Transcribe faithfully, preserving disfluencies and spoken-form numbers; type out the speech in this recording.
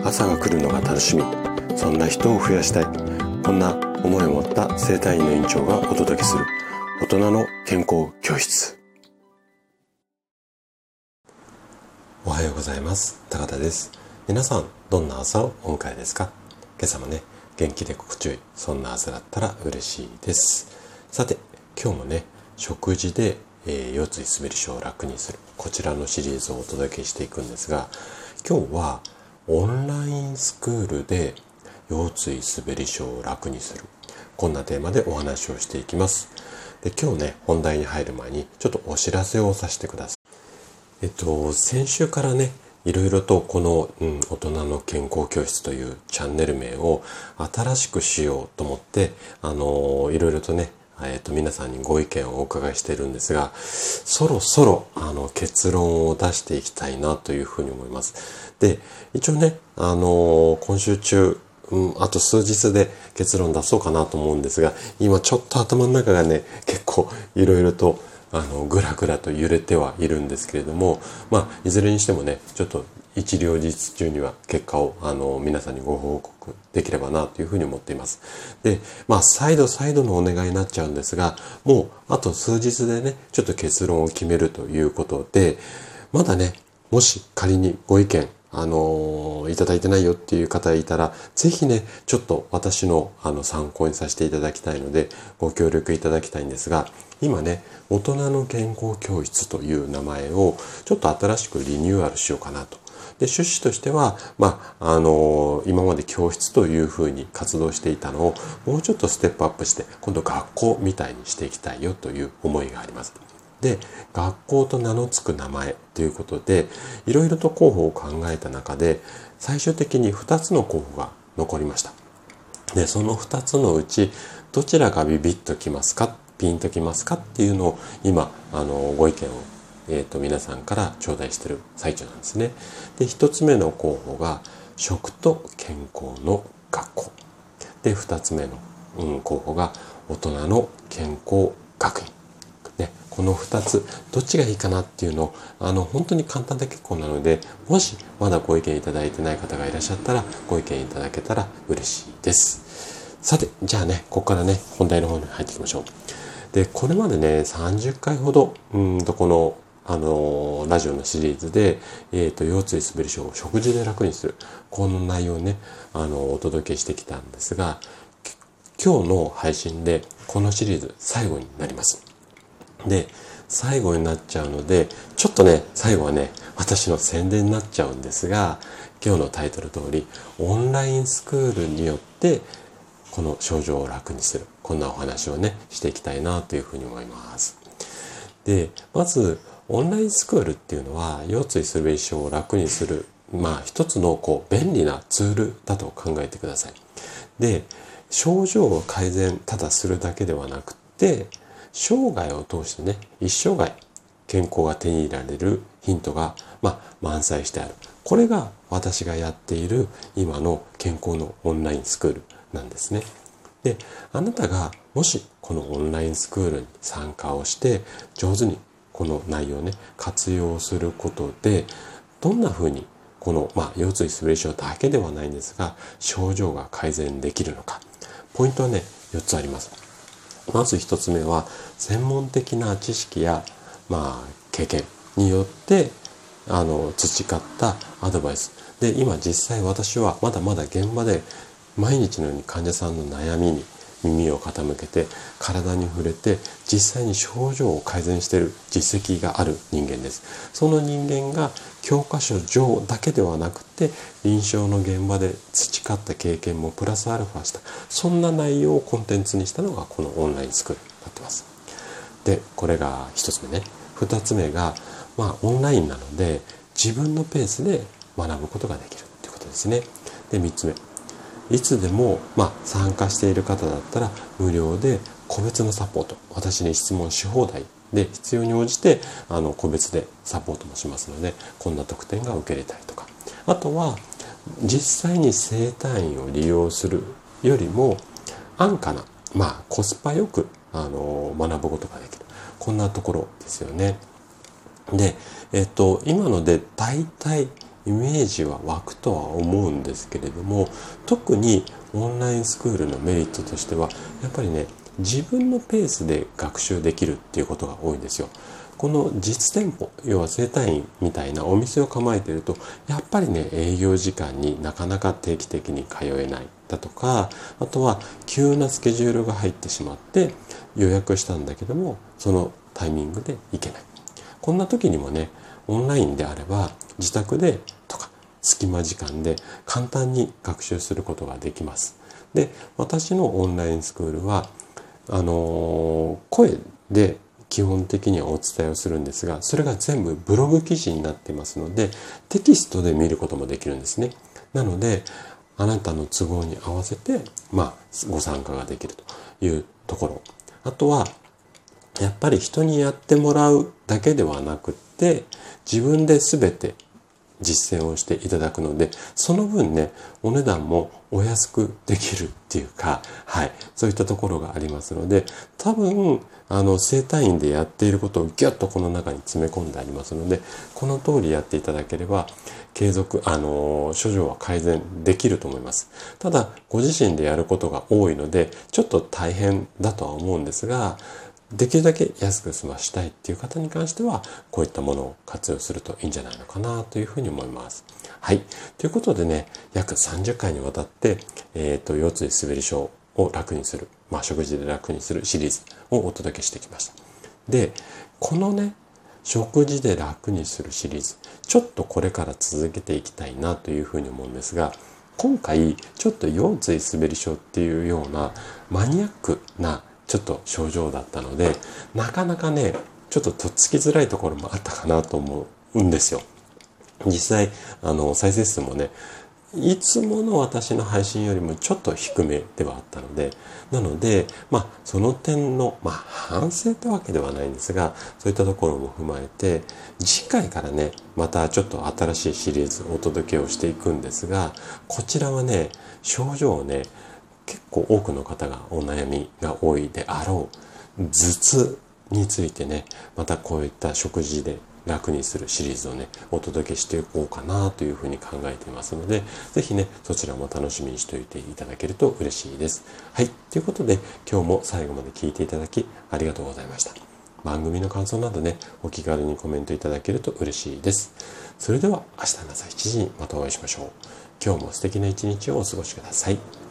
朝が来るのが楽しみ、そんな人を増やしたい、こんな思いを持った整体院の院長がお届けする大人の健康教室。おはようございます。高田です。皆さんどんな朝をお迎えですか？今朝もね元気で心地よい、そんな朝だったら嬉しいです。さて今日もね食事で、えー、腰椎すべり症を楽にする、こちらのシリーズをお届けしていくんですが、今日はオンラインスクールで腰椎すべり症を楽にする、こんなテーマでお話をしていきます。で今日ね本題に入る前にちょっとお知らせをさせてください。えっと先週からねいろいろとこの、うん、大人の健康教室というチャンネル名を新しくしようと思って、あのー、いろいろとね、えっと、皆さんにご意見をお伺いしているんですが、そろそろあの結論を出していきたいなというふうに思います。で、一応ね、あのー、今週中、うん、あと数日で結論出そうかなと思うんですが、今ちょっと頭の中がね、結構いろいろとあのぐらぐらと揺れてはいるんですけれども、まあいずれにしてもねちょっと一両日中には結果をあの皆さんにご報告できればなというふうに思っています。でまあ再度再度のお願いになっちゃうんですが、もうあと数日でねちょっと結論を決めるということで、まだねもし仮にご意見あのー、いただいてないよっていう方いたら、ぜひね、ちょっと私のあの参考にさせていただきたいので、ご協力いただきたいんですが、今ね、大人の健康教室という名前をちょっと新しくリニューアルしようかなと。で、趣旨としては、まあ、あのー、今まで教室というふうに活動していたのを、もうちょっとステップアップして、今度学校みたいにしていきたいよという思いがあります。で、学校と名の付く名前ということで、いろいろと候補を考えた中で、最終的にふたつの候補が残りました。で、そのふたつのうち、どちらがビビッときますか、ピンときますかっていうのを、今、あの、ご意見を、えっと、皆さんから頂戴している最中なんですね。で、ひとつめの候補が、食と健康の学校。で、ふたつめの、うん、候補が、大人の健康学院。ね、このふたつどっちがいいかなっていうのをあの本当に簡単で結構なので、もしまだご意見いただいてない方がいらっしゃったらご意見いただけたら嬉しいです。さてじゃあね、ここからね本題の方に入っていきましょう。でこれまでねさんじゅっかいほどうんとこのあのラジオのシリーズで、えー、と腰椎すべり症を食事で楽にする、この内容をねあのお届けしてきたんですが、今日の配信でこのシリーズ最後になります。で、最後になっちゃうので、ちょっとね、最後はね、私の宣伝になっちゃうんですが、今日のタイトル通り、オンラインスクールによって、この症状を楽にする。こんなお話をね、していきたいなというふうに思います。で、まず、オンラインスクールっていうのは、腰椎すべり症を楽にする、まあ、一つのこう便利なツールだと考えてください。で、症状を改善、ただするだけではなくて、生涯を通してね、一生涯健康が手に入れられるヒントが、まあ、満載してある。これが私がやっている今の健康のオンラインスクールなんですね。で、あなたがもしこのオンラインスクールに参加をして上手にこの内容をね活用することで、どんな風にこの、まあ、腰椎すべり症だけではないんですが症状が改善できるのか。ポイントはねよっつあります。まず一つ目は専門的な知識や、まあ、経験によってあの培ったアドバイスで、今実際私はまだまだ現場で毎日のように患者さんの悩みに耳を傾けて体に触れて実際に症状を改善している実績がある人間です。その人間が教科書上だけではなくて臨床の現場で培った経験もプラスアルファした、そんな内容をコンテンツにしたのがこのオンラインスクールになってます。でこれが一つ目ね。二つ目がまあオンラインなので自分のペースで学ぶことができるということですね。で三つ目、いつでも、まあ、参加している方だったら無料で個別のサポート、私に質問し放題で必要に応じてあの個別でサポートもしますので、こんな特典が受けれたりとか、あとは実際に整体院を利用するよりも安価な、まあ、コスパよくあの学ぶことができる、こんなところですよね。で、えっと、今ので大体イメージは湧くとは思うんですけれども、特にオンラインスクールのメリットとしてはやっぱりね、自分のペースで学習できるっていうことが多いんですよ。この実店舗、要は整体院みたいなお店を構えていると、やっぱりね、営業時間になかなか定期的に通えないだとか、あとは急なスケジュールが入ってしまって予約したんだけども、そのタイミングで行けない。こんな時にもね、オンラインであれば自宅でとか隙間時間で簡単に学習することができます。で、私のオンラインスクールはあのー、声で基本的にはお伝えをするんですが、それが全部ブログ記事になっていますので、テキストで見ることもできるんですね。なので、あなたの都合に合わせて、まあ、ご参加ができるというところ。あとは、やっぱり人にやってもらうだけではなくって、自分で全て実践をしていただくので、その分ね、お値段もお安くできるっていうか、はい、そういったところがありますので、多分、あの、整体院でやっていることをギュッとこの中に詰め込んでありますので、この通りやっていただければ、継続、あの、症状は改善できると思います。ただ、ご自身でやることが多いので、ちょっと大変だとは思うんですが、できるだけ安く済ましたいっていう方に関しては、こういったものを活用するといいんじゃないのかなというふうに思います。はい。ということでね、約さんじゅっかいにわたって、えっと、腰椎すべり症を楽にする、まあ、食事で楽にするシリーズをお届けしてきました。で、このね、食事で楽にするシリーズ、ちょっとこれから続けていきたいなというふうに思うんですが、今回、ちょっと腰椎すべり症っていうようなマニアックなちょっと症状だったので、なかなかね、ちょっととっつきづらいところもあったかなと思うんですよ。実際、あの、再生数もね、いつもの私の配信よりもちょっと低めではあったので、なので、まあ、その点の、まあ、反省ってわけではないんですが、そういったところも踏まえて、次回からね、またちょっと新しいシリーズお届けをしていくんですが、こちらはね、症状をね、結構多くの方がお悩みが多いであろう頭痛についてね、またこういった食事で楽にするシリーズをね、お届けしていこうかなというふうに考えていますので、ぜひね、そちらも楽しみにしておいていただけると嬉しいです。はい。ということで、今日も最後まで聞いていただきありがとうございました。番組の感想などね、お気軽にコメントいただけると嬉しいです。それでは明日の朝しちじにまたお会いしましょう。今日も素敵な一日をお過ごしください。